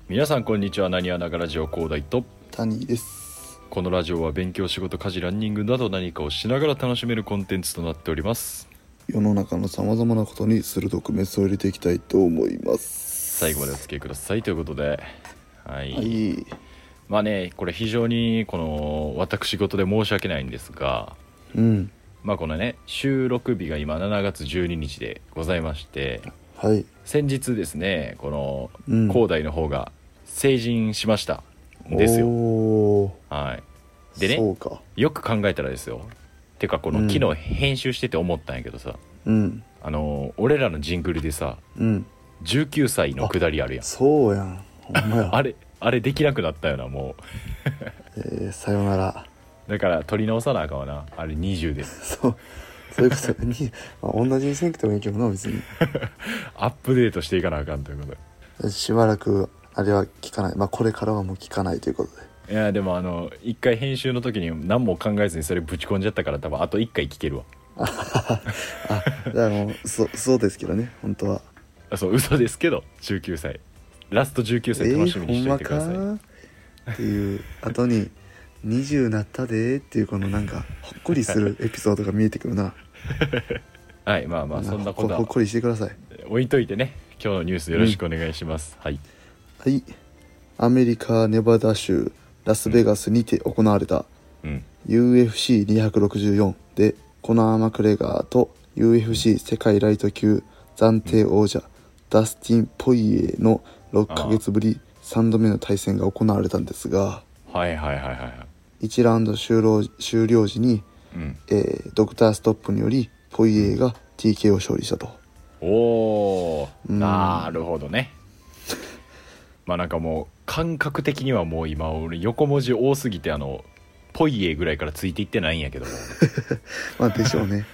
皆さんこんにちは。なにわながラジオ広大と、 谷です。 このラジオは勉強、仕事、家事、ランニングなど何かをしながら楽しめるコンテンツとなっております。 世の中のさまざまなことに鋭くメスを入れていきたいと思います。 最後までお付き合いくださいということで、はい、 はい、 まあね、これ非常にこの私事で申し訳ないんですが、まあこのね、収録日が今7月12日でございまして、 はい、 先日ですね、この広大の方が成人しましたんですよ。はい。でね、 そうか。 よく考えたらですよ。てかこの昨日編集してて思ったんやけどさ、俺らのジングルでさ、19歳のくだりあるやん。 そうやん。ほんまや。 あれできなくなったよなもう。さよなら。 だから撮り直さなあかんわな。あれ20でそういうことに、同じにせんくてもいいけどな、別に。 アップデートしていかなあかんということで。しばらくあれは聞かない。これからはもう聞かないということで。 いやでも一回編集の時に何も考えずにそれぶち込んじゃったから、多分あと1回聞けるわ。 そうですけどね、本当は。 そう嘘ですけど、19歳ラスト19歳楽しみにしておいてください、 ほんまかっていう後に20なったでっていうこのなんかほっこりするエピソードが見えてくるな。 はい、まあそんなことはほっこりしてください。 置いといてね、今日のニュースよろしくお願いします。はい。 アメリカネバダ州ラスベガスにて行われた、UFC264 でコナー・マクレガーと UFC 世界ライト級暫定王者、ダスティン・ポイエの6ヶ月ぶり3度目の対戦が行われたんですが、1ラウンド終了時に、ドクターストップによりポイエが TKO 勝利したと。 なるほどね。まあなんかもう感覚的にはもう今俺横文字多すぎてポイエぐらいからついていってないんやけどもでしょうね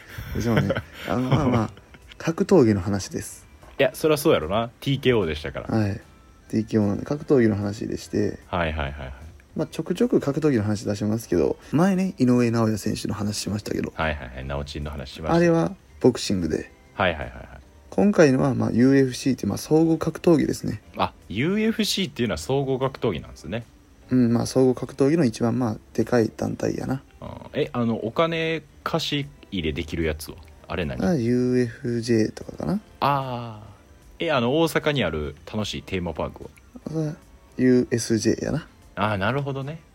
格闘技の話です。 いやそりゃそうやろな。 TKO でしたから。 はい、 TKO なんで格闘技の話でして、ちょくちょく格闘技の話出しますけど、前ね井上尚弥選手の話しましたけど、 ナオチンの話しました。 あれはボクシングで、今回のはUFC って総合格闘技ですね。 UFC っていうのは総合格闘技なんですね。 総合格闘技の一番でかい団体やな。 お金貸し入れできるやつはあれ何 ？UFJ とかかな。 大阪にある楽しいテーマパークは USJ やな。 なるほどね。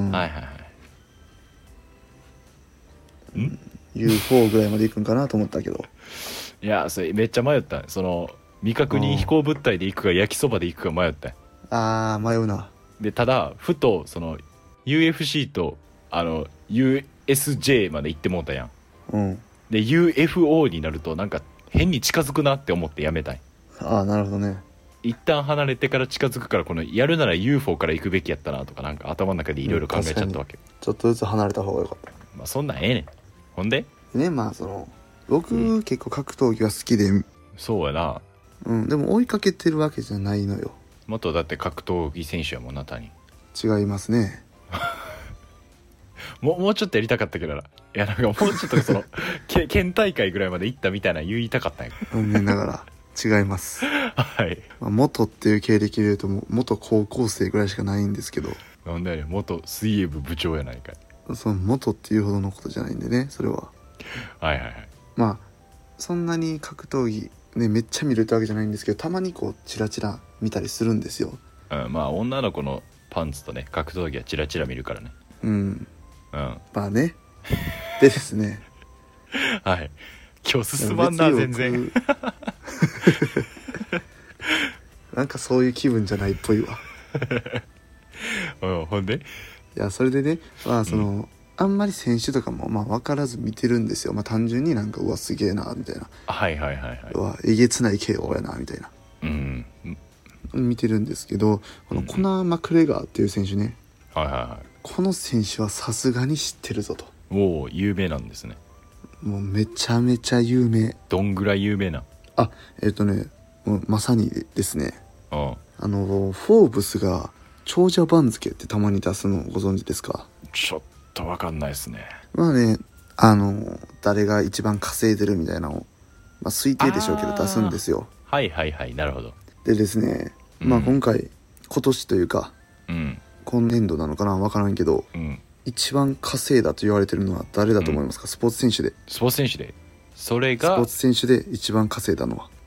UFO ぐらいまで行くんかなと思ったけど、 いやそれめっちゃ迷った。その未確認飛行物体で行くか焼きそばで行くか迷った。 迷うな。 でただふとその UFC とUSJ まで行ってもうたやん。で UFO になるとなんか変に近づくなって思ってやめたい。 なるほどね。 一旦離れてから近づくから、このやるなら UFO から行くべきやったなとか、なんか頭の中でいろいろ考えちゃったわけ。 ちょっとずつ離れた方がよかった。 そんなんええねん。ほんでね、僕、結構格闘技は好きで。 そうやな。 でも追いかけてるわけじゃないのよ。 元だって格闘技選手やもんな。谷違いますね。 もうちょっとやりたかったけどな。いやなんかもうちょっとその県大会ぐらいまで行ったみたいな言いたかったんや。 残念ながら違います。元っていう経歴でいうと元高校生ぐらいしかないんですけど。 なんだよね、元水泳部部長やないかい。 その元っていうほどのことじゃないんでね、それは。そんなに格闘技ねめっちゃ見るってわけじゃないんですけど、たまにチラチラ見たりするんですよ。 女の子のパンツとね格闘技はチラチラ見るからね。 でですね今日進まんな全然なんかそういう気分じゃないっぽいわ。 ほんでそれでね、あんまり選手とかも分からず見てるんですよ。単純になんかうわすげえなみたいな、うわえげつない KO やなみたいな、見てるんですけど、このコナー・マクレガーっていう選手ね、この選手はさすがに知ってるぞと。 有名なんですね。 もうめちゃめちゃ有名。 どんぐらい有名な？ もうまさにですね、フォーブスが長者番付ってたまに出すのご存知ですか？ ちょっとわかんないですね。 誰が一番稼いでるみたいなのを、推定でしょうけど出すんですよ。 なるほど。 でですね、今回今年というかうん今年度なのかな分からんけど、 うん一番稼いだと言われてるのは誰だと思いますか、スポーツ選手で。 スポーツ選手でそれスポーがツ選手で一番稼いだのは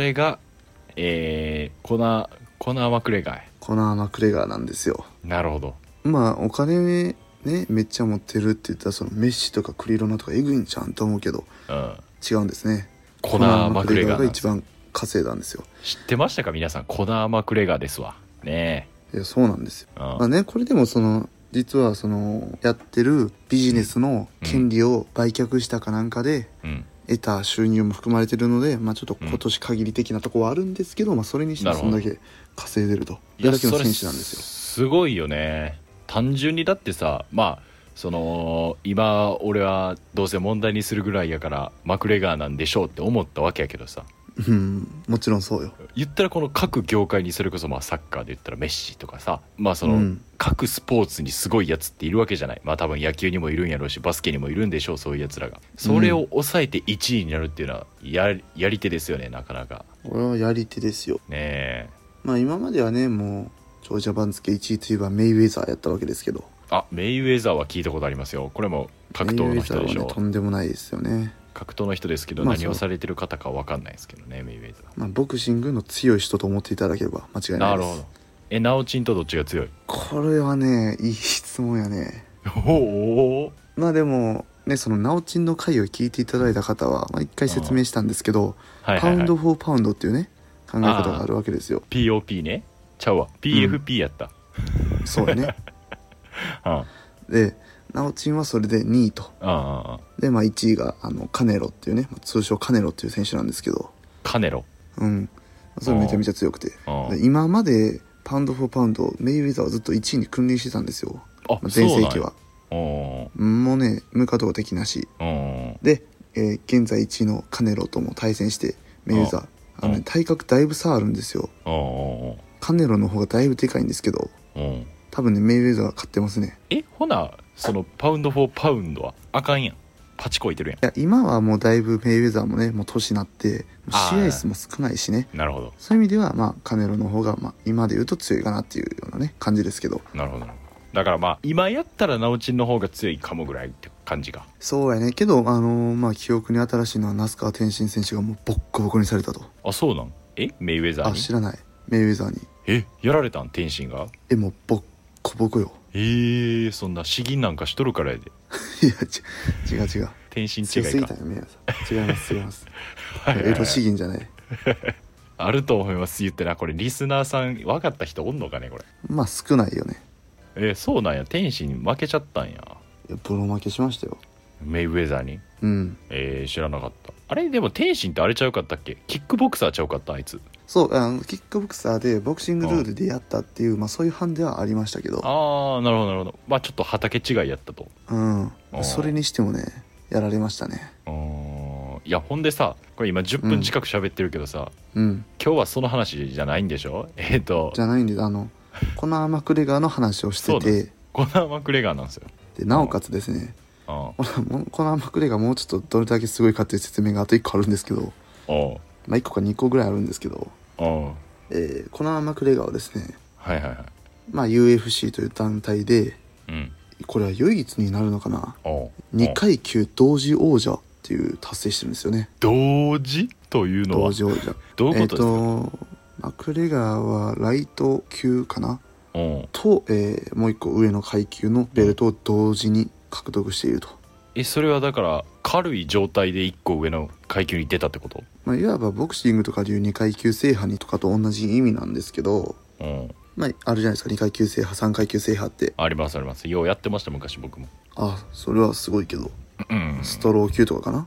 コナー・マクレガー。 コナー・マクレガーなんですよ。 なるほど。 まあお金ねめっちゃ持ってるって言ったらそのメッシとかクリロナとかエグいんちゃうんと思うけどうん違うんですね。 コナー・マクレガーが一番稼いだんですよ。 知ってましたか皆さん。コナー・マクレガーですわねいやそうなんですよ。 え、うんまあねこれでもその実はそのやってるビジネスの権利を売却したかなんかでうん得た収入も含まれてるので、まあちょっと今年限り的なところはあるんですけど、まあそれにしてもそんだけ稼いでるというだけの選手なんですよ。 すごいよね。単純にだってさ、まあその今俺はどうせ問題にするぐらいやからマクレガーなんでしょうって思ったわけやけどさ、 うんもちろんそうよ。 言ったらこの各業界にそれこそまあサッカーで言ったらメッシとかさ、まあその、 うん各スポーツにすごいやつっているわけじゃない。まあ多分野球にもいるんやろうしバスケにもいるんでしょう、そういうやつらが。それを抑えて1位になるっていうのはやり手ですよね、なかなかこれはやり手ですよ。 ねえ。 まあ今まではねもう長者番付1位といえばメイウェザーやったわけですけど、 あ、メイウェザーは聞いたことありますよ。これも格闘の人でしょ。 メイウェザーはねとんでもないですよね。 格闘の人ですけど、 まあ何をされてる方か分かんないですけどね、メイウェザー。 まあボクシングの強い人と思っていただければ間違いないです。 なるほど。ナオチンとどっちが強い？ これはねいい質問やね。 おお。 まあでもねそのナオチンの回を聞いていただいた方はまあ一回説明したんですけど、 はいはいはい、 パウンド・フォー・パウンドっていうね考え方があるわけですよ。 POP ね。ちゃうわ PFP やった、 そうやねうんでナオチンはそれで2位とで、まあ、1位がカネロっていうね、まあ通称カネロっていう選手なんですけど、 カネロ。 それめちゃめちゃ強くて、 うんで今までパウンド・フォー・パウンドメイウェザーはずっと1位に君臨してたんですよ。 あ、 まあ、全盛期はももうね無可動的なしで、現在1位のカネロとも対戦してメイウェザー体格だいぶ差あるんですよ。カネロの方がだいぶでかいんですけど多分ねメイウェザーが勝ってますね。 ほなそのパウンド・フォー・パウンドはあかんやん。パチこいてるやん。 いや今はもうだいぶメイウェザーもねもう年なって試合数も少ないしね。 なるほど。 そういう意味ではまあカネロの方がまあ今で言うと強いかなっていうようなね感じですけど。 なるほど。だからまあ今やったらナオチンの方が強いかもぐらいって感じか。 そうやねけどまあ記憶に新しいのは那須川天心選手がもうボッコボコにされたと。 あ、そうなん？メイウェザーに？ あ知らない。メイウェザーにやられたん？天心が？ もうボッコボコよ。 そんな詩吟なんかしとるからやで。 いや違う天心違強すぎいか。 たよメイウェザー違いますエロ詩吟じゃない。 あると思います言ってな。これリスナーさん分かった人おんのかねこまあ少ないよね。 れ。そうなんや。天心負けちゃったんや。 いやボロ負けしましたよ。 メイウェザーに。知らなかった。あれでも天心ってあれちゃうかったっけ？キックボクサーちゃうかった？あいつ。 そうキックボクサーでボクシングルールでやったっていうまあそういうハンデはありましたけど、 ああなるほどなるほど。まあちょっと畑違いやったと。 それにしてもねやられましたね。 いやほんでさこれ今10分近く喋ってるけどさ、今日はその話じゃないんでしょ？ じゃないんでコナー・マクレガーの話をしててコナー・マクレガーなんですよ。 でなおかつですねコナー・マクレガーもうちょっとどれだけすごいかっていう説明があと1個あるんですけど、まあ1個か2個ぐらいあるんですけど、コナー・マクレガーはですねまあ UFC という団体で、これは唯一になるのかな、2階級同時王者っていう達成してるんですよね。 同時というのは同時王者どういうことですか？ マクレガーはライト級かなと、もう一個上の階級のベルトを同時に獲得していると。 それはだから軽い状態で1個上の階級に出たってこと？ まあ、いわばボクシングとかでいう2階級制覇にとかと同じ意味なんですけど、まああるじゃないですか2階級制覇3階級制覇って。 ありますあります。ようやってました昔僕も。 それはすごいけど、ストロー級とかかな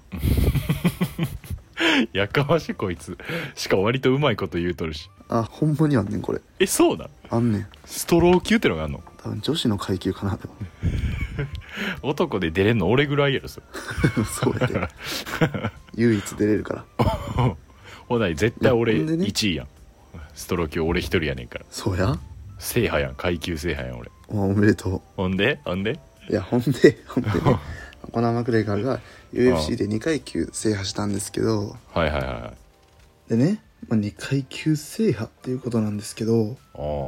やかましいこいつ。しかも割とうまいこと言うとるし。 ほんまにあんねんこれ。 そうなの？ あんねん。 ストロー級ってのがあんの？ 多分女子の階級かなでも男で出れんの俺ぐらいやろそれ。 そうやで唯一出れるからほな絶対俺ね 1位やん。ストロー級俺一人やねんから。 そうや制覇やん。階級制覇やん俺。 おめでとう。 ほんでいやほんでねコナー・マクレガーが UFC で2階級制覇したんですけど、でね、2階級制覇っていうことなんですけど、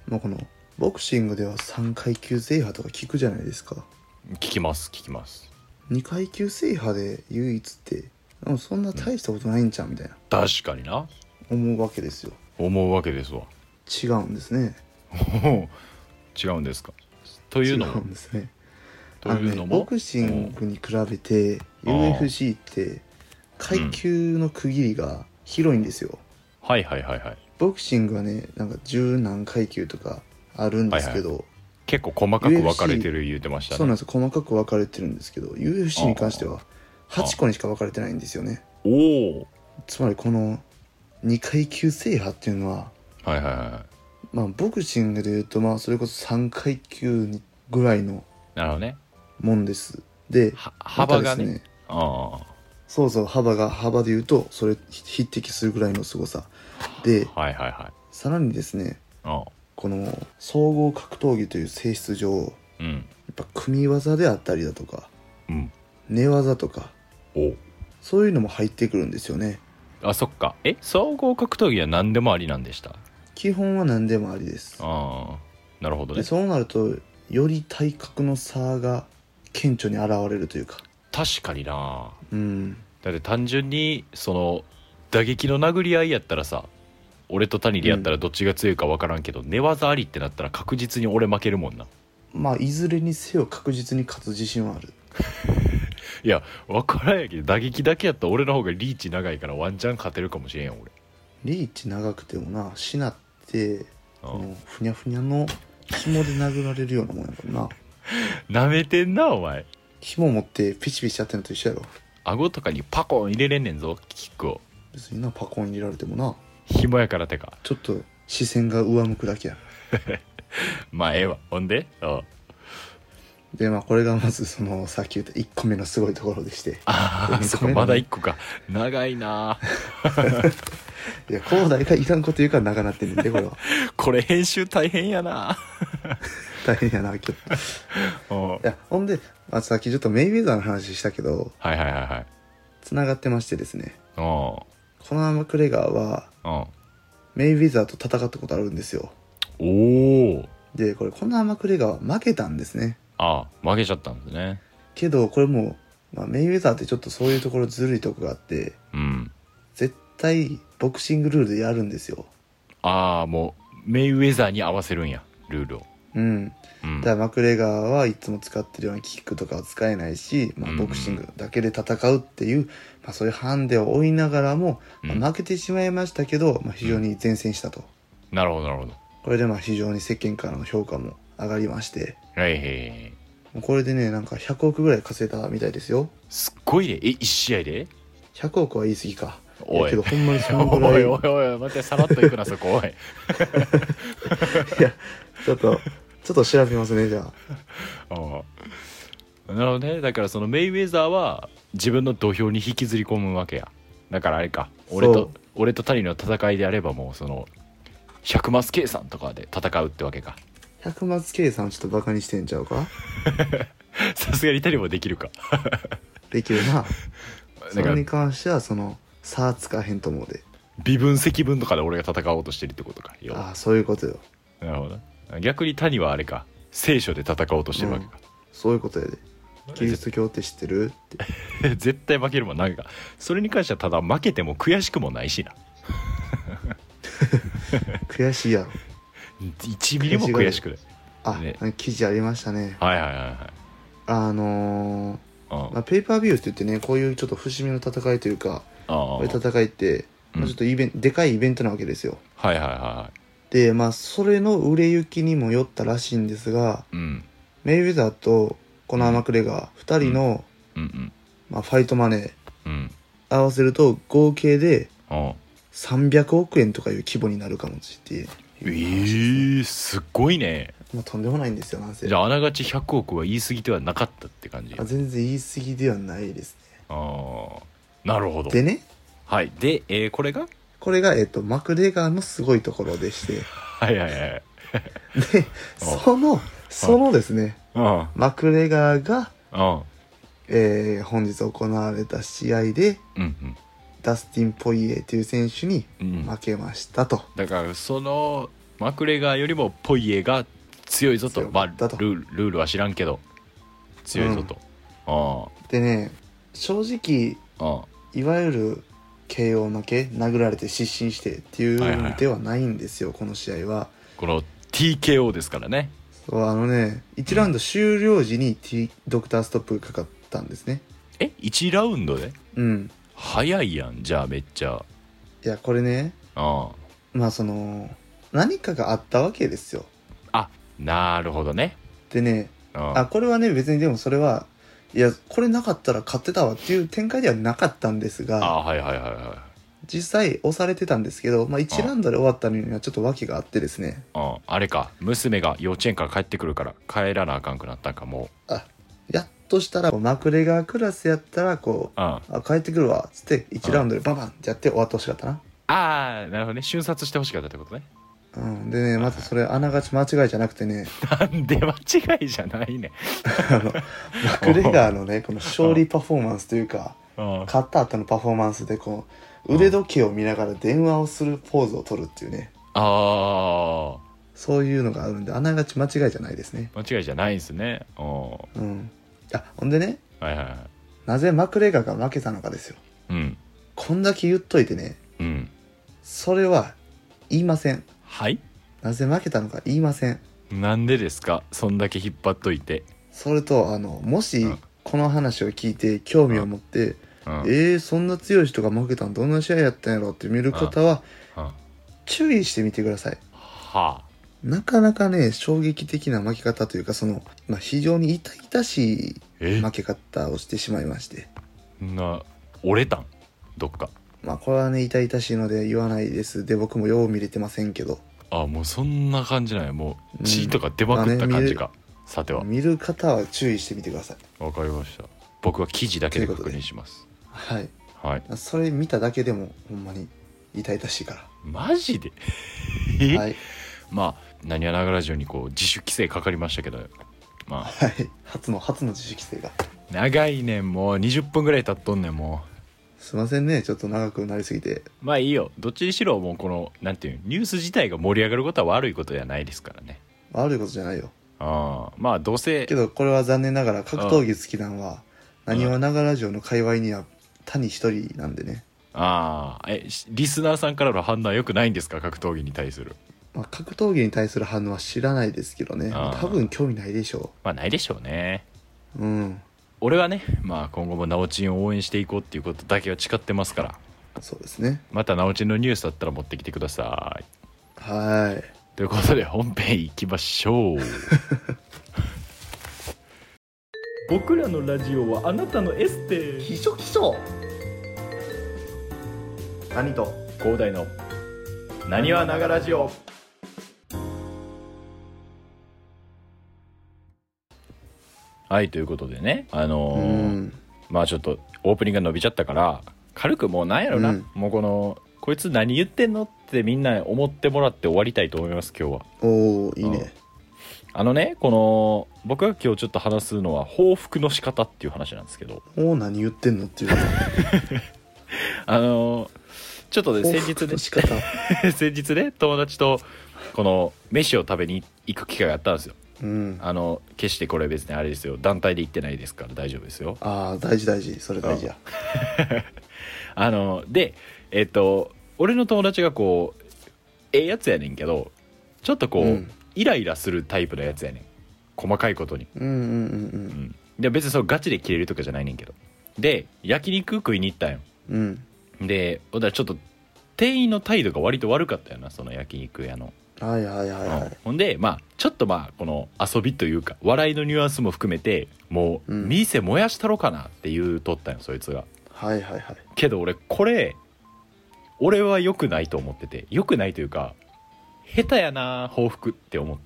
まあ、このボクシングでは3階級制覇とか聞くじゃないですか。 聞きます聞きます。 2階級制覇で唯一ってでもそんな大したことないんちゃうみたいな確かにな思うわけですよ。 思うわけですわ。 違うんですね。 違うんですか。というの違もうんですね。 というのもボクシングに比べて UFC って階級の区切りが広いんですよ。 はいはいはいはい。 ボクシングはねなんか十何階級とかあるんですけど、 結構細かく分かれてる言うてましたね。 そうなんですよ。細かく分かれてるんですけど UFC に関しては8個にしか分かれてないんですよね。 おお。 つまりこの2階級制覇っていうのははいはいはい。 まあボクシングでいうとまあそれこそ3階級ぐらいのなるほどね。 もんです。で幅がね、 またですねあそうそう幅で言うとそれ匹敵するぐらいの凄さで、 はいはいはい。 さらにですねあこの総合格闘技という性質上やうんっぱ組み技であったりだとかうん寝技とかおそういうのも入ってくるんですよね。 あそっか。総合格闘技は何でもありなんでした。 基本は何でもありです。 ああなるほどね。 でそうなるとより体格の差が顕著に現れるというか確かにな。 うんだって単純にその打撃の殴り合いやったらさ、俺と谷でやったらどっちが強いか分からんけど、寝技ありってなったら確実に俺負けるもんな。 まあいずれにせよ確実に勝つ自信はある。 いや分からんやけど打撃だけやったら俺の方がリーチ長いからワンチャン勝てるかもしれんよ俺。 リーチ長くてもなしなってうんこのふにゃふにゃの紐で殴られるようなもんやからな。 なめてんなお前。 紐持ってピチピチやってんのと一緒やろ。 顎とかにパコン入れれんねんぞキックを。 別になパコン入れられてもな紐やからてか。 ちょっと視線が上向くだけや。 まあええわ。ほんででまあこれがまずそのさっき言った1個目のすごいところでして、 あそっかまだ1個か。長いないや広大がいらんこと言うから長なってんねんでこれは。 これ編集大変やな大変やな今日。いやほんで、まあ、さっきちょっとメイウェザーの話したけどはいはいはいはい。 つながってましてですね、 うんコナー・マクレガーはうんメイウェザーと戦ったことあるんですよ。 おお。 でこれコナー・マクレガーは負けたんですね。 負けちゃったんですね。 けどこれもう、まあ、メイウェザーってちょっとそういうところずるいとこがあってうん絶対ボクシングルールでやるんですよ。 もうメイウェザーに合わせるんやルールを。 うんうんだからマクレガーはいつも使ってるようなキックとかは使えないし、まあ、ボクシングだけで戦うっていう、まあ、そういうハンデを負いながらも、まあ負けてしまいましたけど、まあ、非常に善戦したと。 なるほどなるほど。 これでまあ非常に世間からの評価も上がりまして、 はいはいはい。 もうこれでねなんか100億ぐらい稼いだみたいですよ。 すっごいね。1試合で 100億は言い過ぎか。 おいやけどほんまにそのぐらい。 おいおいおい待ってさらっといくなそこおいいやちょっと調べますねじゃあ。 なるほどね。だからそのメイウェザーは自分の土俵に引きずり込むわけや。だからあれか俺と谷の戦いであればもうその100マス計算とかで戦うってわけか。 100マス計算ちょっとバカにしてんちゃうか。 さすがに谷もできるかできるな。そだかられに関してはその差つかへんと思うで。 微分積分とかで俺が戦おうとしてるってことか。要はああそういうことよ。 なるほど。逆に谷はあれか聖書で戦おうとしてるわけか、 そういうことやで。キリスト教って知ってるって絶対負けるもん。なんかそれに関してはただ負けても悔しくもないしな悔しいやろ。 1ミリも悔しくないあ、 ね記事ありましたね。 はいはいはいはい。 まあ、ペーパービューって言ってねこういうちょっと節目の戦いというかこういう戦いって、まあ、ちょっとでかいイベントなわけですよ。 はいはいはでまあそれの売れ行きにもよったらしいんですが、 い。うんメイウェザーとコナー・マクレガー2人の、 うんまあ、ファイトマネーうん合わせると合計でうん 300億円とかいう規模になるかもっていうすっごいね。 まあ、とんでもないんですよなんせ。 じゃああながち100億は言い過ぎてはなかったって感じ。 全然言い過ぎではないですね。 なるほど。 でねはいで、これがマクレガーのすごいところでしてはいはいはいでそのですねマクレガーが、本日行われた試合で、ダスティン・ポイエという選手に負けましたと。 だからそのマクレガーよりもポイエが強いぞと、まあ、ル強かったとールは知らんけど強いぞと、 でね、正直いわゆる KO 負け、殴られて失神してっていうのではないんですよ、この試合は。 この TKO ですからね。 そう1ラウンド終了時に、ドクターストップがかかったんですね。 1ラウンドでうん早いやん。じゃあめっちゃいやこれね、まあ何かがあったわけですよ。 なるほどね。 でね、これはね別にでもそれはいやこれなかったら勝ってたわっていう展開ではなかったんですが、 はいはいはいは実際押されてたんですけど、1ラウンドで終わったのにはちょっと訳があってですね。 あれか、娘が幼稚園から帰ってくるから帰らなあかんくなったんか。もやっとしたらマクレガークラスやったら帰ってくるわっつって1ラウンドでバンバンってやって終わってほしかったな。 なるほどね。瞬殺してほしかったってことね。 でね、まずそれあながち間違いじゃなくてね、 なんで間違いじゃないね。 マクレガーのねこの勝利パフォーマンスというか、勝った後のパフォーマンスで腕時計を見ながら電話をするポーズを取るっていうね、そういうのがあるんで、あながち間違いじゃないですね。 間違いじゃないんですね。 ほんでね、なぜマクレガーが負けたのかですよ。こんだけ言っといてね、それは言いません。なぜ負けたのか言いません。 なんでですか、そんだけ引っ張っといて。 それともしこの話を聞いて興味を持って、そんな強い人が負けたのどんな試合やったんやろって見る方は注意してみてください。なかなかね衝撃的な負け方というか、非常に痛々しい負け方をしてしまいまして、 折れたんどっか。 これはね痛々しいので言わないです。で僕もよう見れてませんけど、 もうそんな感じなんや。もう血とか出まくった感じか。さては見る方は注意してみてください。 わかりました。僕は記事だけで確認します。 はい、それ見ただけでもほんまに痛々しいから。 マジではい。なにわながラジオに自主規制かかりましたけど、 初の自主規制が長いねん。もう20分ぐらい経っとんねん。もうすいませんね、ちょっと長くなりすぎて。 いいよ、どっちにしろもうなんていうニュース自体が盛り上がることは悪いことではないですからね。 悪いことじゃないよ。 どうせけどこれは残念ながら格闘技好きなのはなにわながラジオの界隈には谷一人なんでね。 リスナーさんからの反応は良くないんですか、格闘技に対する。 格闘技に対する反応は知らないですけどね、多分興味ないでしょう。ないでしょうね。俺はね、今後もナオチンを応援していこうっていうことだけは誓ってますから。 そうですね。 またナオチンのニュースだったら持ってきてください。ということで本編いきましょう。僕らのラジオはあなたのエステ。 秘書谷と広大のなにわながラジオ。ということでね、ちょっとオープニングが伸びちゃったから軽くもうなんやろな、もうこいつ何言ってんのってみんな思ってもらって終わりたいと思います。今日は。 いいね。 僕が今日ちょっと話すのは報復の仕方っていう話なんですけど。 何言ってんのっていうちょっとね先日ね友達と飯を食べに行く機会があったんですよ。決してこれ別にあれですよ、団体で行ってないですから大丈夫ですよ。 大事それ大事や。 で俺の友達がやつやねんけど、ちょっとイライラするタイプのやつやねん、細かいことに。で別にガチでキレるとかじゃないねんけど、で焼肉食いに行ったんよ。でちょっと店員の態度が割と悪かったよな、その焼肉屋の。ほんでちょっとこの遊びというか笑いのニュアンスも含めてもう、店燃やしたろかなって言うとったんよ、そいつが。けど俺は良くないと思ってて、良くないというか下手やな報復って思って。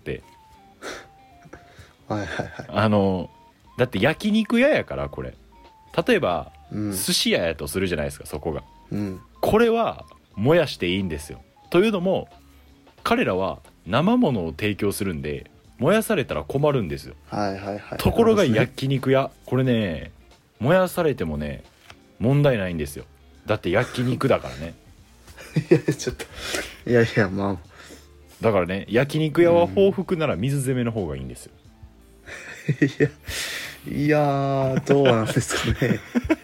だって焼肉屋やから、これ例えば、寿司屋やとするじゃないですか、そこが。これは燃やしていいんですよ。というのも彼らは生ものを提供するんで燃やされたら困るんですよ。ところが焼肉屋、これね燃やされてもね問題ないんですよ。だって焼肉だからね。 ちょっとだからね、焼肉屋は報復なら水攻めの方がいいんですよ。 いやどうなんですかね。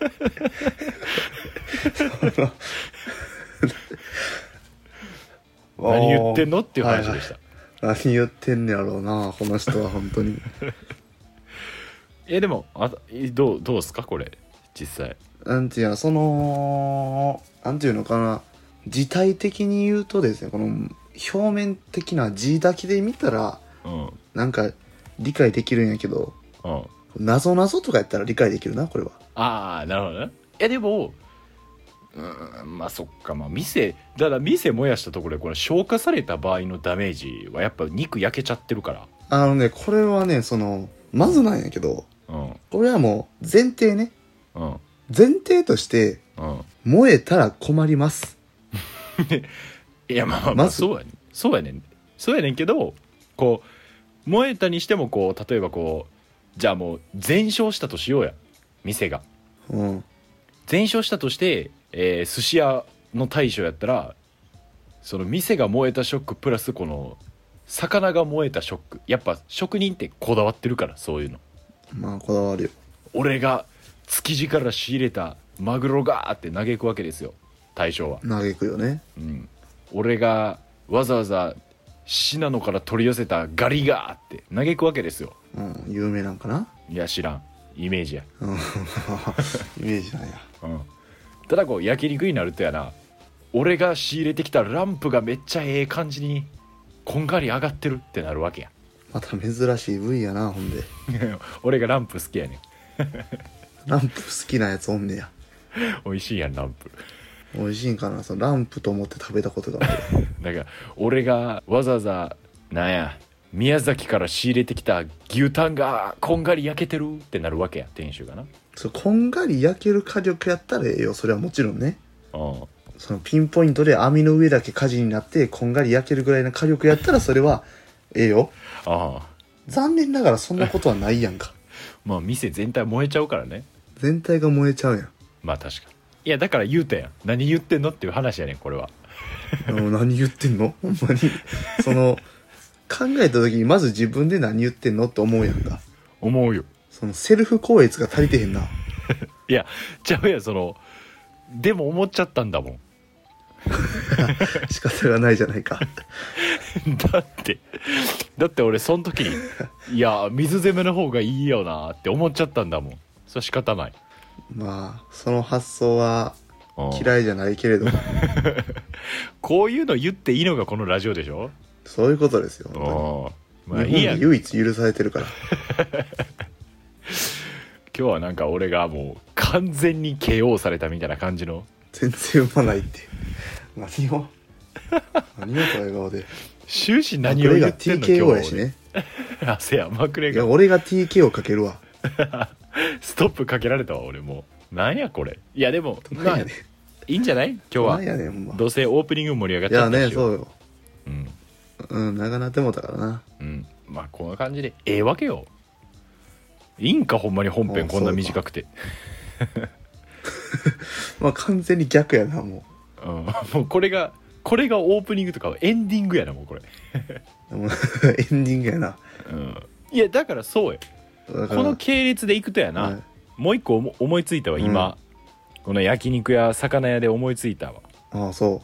何言ってんのっていう話でした、 はいはい、何言ってんねやろうなこの人は本当に。 でもどうですかこれ実際。 なんていうの、そのなんていうのかな、字体的に言うとですね、この表面的な字だけで見たら、 うん、 なんか理解できるんやけど、 うん、 謎々とかやったら理解できるなこれは。 ああなるほどね。でもまあそっか、まあ店燃やしたところでこれ消化された場合のダメージはやっぱ肉焼けちゃってるから。 これはね、まずなんやけど、 うん、 これはもう前提ね、 うん、 前提として、 うん、 燃えたら困ります。 いやまあまあそうやねんけど、こう燃えたにしてもこう例えばこうじゃあもう全焼したとしようや、店が、 うん、 全焼したとして、寿司屋の大将やったらその店が燃えたショックプラスこの魚が燃えたショック、やっぱ職人ってこだわってるから、そういうの。 まあこだわるよ。 俺が築地から仕入れたマグロがーって嘆くわけですよ大将は。 嘆くよね。 うん、俺がわざわざ信濃から取り寄せたガリがーって嘆くわけですよ。 うん、有名なんかな。 いや知らん、イメージや、 うん、イメージなんや。 うん、ただこう焼肉になるとやな、俺が仕入れてきたランプがめっちゃええ感じにこんがり上がってるってなるわけや。 また珍しい部位やなほんで。 俺がランプ好きやねん。 ランプ好きなやつおんねや。 美味しいやんランプ。 美味しいんかな、そのランプと思って食べたことがない。 だから俺がわざわざなんや宮崎から仕入れてきた牛タンがこんがり焼けてるってなるわけや、店主がな。 そう、こんがり焼ける火力やったらええよ、それはもちろんね。 うん、 そのピンポイントで網の上だけ火事になってこんがり焼けるぐらいの火力やったらそれはええよ。 ああ残念ながらそんなことはないやんか。 まあ店全体燃えちゃうからね。 全体が燃えちゃうやん。 まあ確かに。いやだから言うたやん、何言ってんのっていう話やねんこれは。 何言ってんのほんまに。考えた時にまず自分で何言ってんのって思うやんか。 思うよ。 そのセルフ高越が足りてへんな。 いやちゃうやん、でも思っちゃったんだもん。 仕方がないじゃないか。 だって俺その時にいや水攻めの方がいいよなって思っちゃったんだもん。それは仕方ない。 まあその発想は嫌いじゃないけれども。 こういうの言っていいのがこのラジオでしょ。 そういうことですよ。 まあいいや。 日本で唯一許されてるから。 今日はなんか俺がもう完全に KO されたみたいな感じの。 全然うまないって。何をと笑顔で。 終始何を言ってんの。 俺が TKO やしね。 あせやマクレガー。 いや俺が TKO かけるわ。 ストップかけられたわ俺も。なんやこれ。いやでもまあいいんじゃない。今日はどうせオープニング盛り上がっちゃったし。いやね、 そうよ。長なってもたからな。 まあこんな感じでええわけよ。いいんかほんまに本編こんな短くて。 まあ完全に逆やなもう。もうこれがオープニングとかエンディングやなもうこれ。 エンディングやな。 いやだからそうや。この系列でいくとやな、はい、もう一個思いついたわ今、この焼肉屋魚屋で思いついたわ。 ああそう。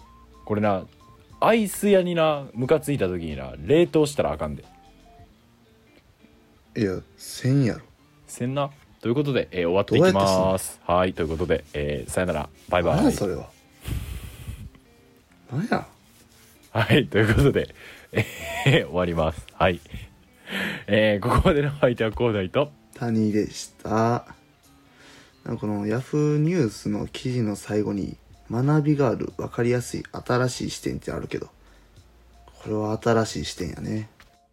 これなアイス屋になムカついた時にな冷凍したらあかんで。 いやせんやろ。 せんな。ということで、終わっていきます。はいということで、さよならバイバイ。 何やそれは。何や。 はいということで、終わります。はい、ここまでの相手は広大と谷でした。このヤフーニュースの記事の最後に学びがある分かりやすい新しい視点ってあるけど、これは新しい視点やね。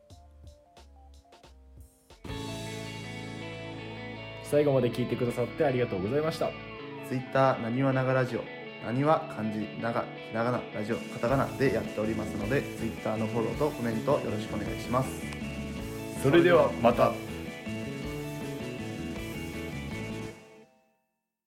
最後まで聞いてくださってありがとうございました。 ツイッターなにわながラジオ、なには漢字ながひらがなラジオカタカナでやっておりますので、ツイッターのフォローとコメントよろしくお願いします。 それではまた。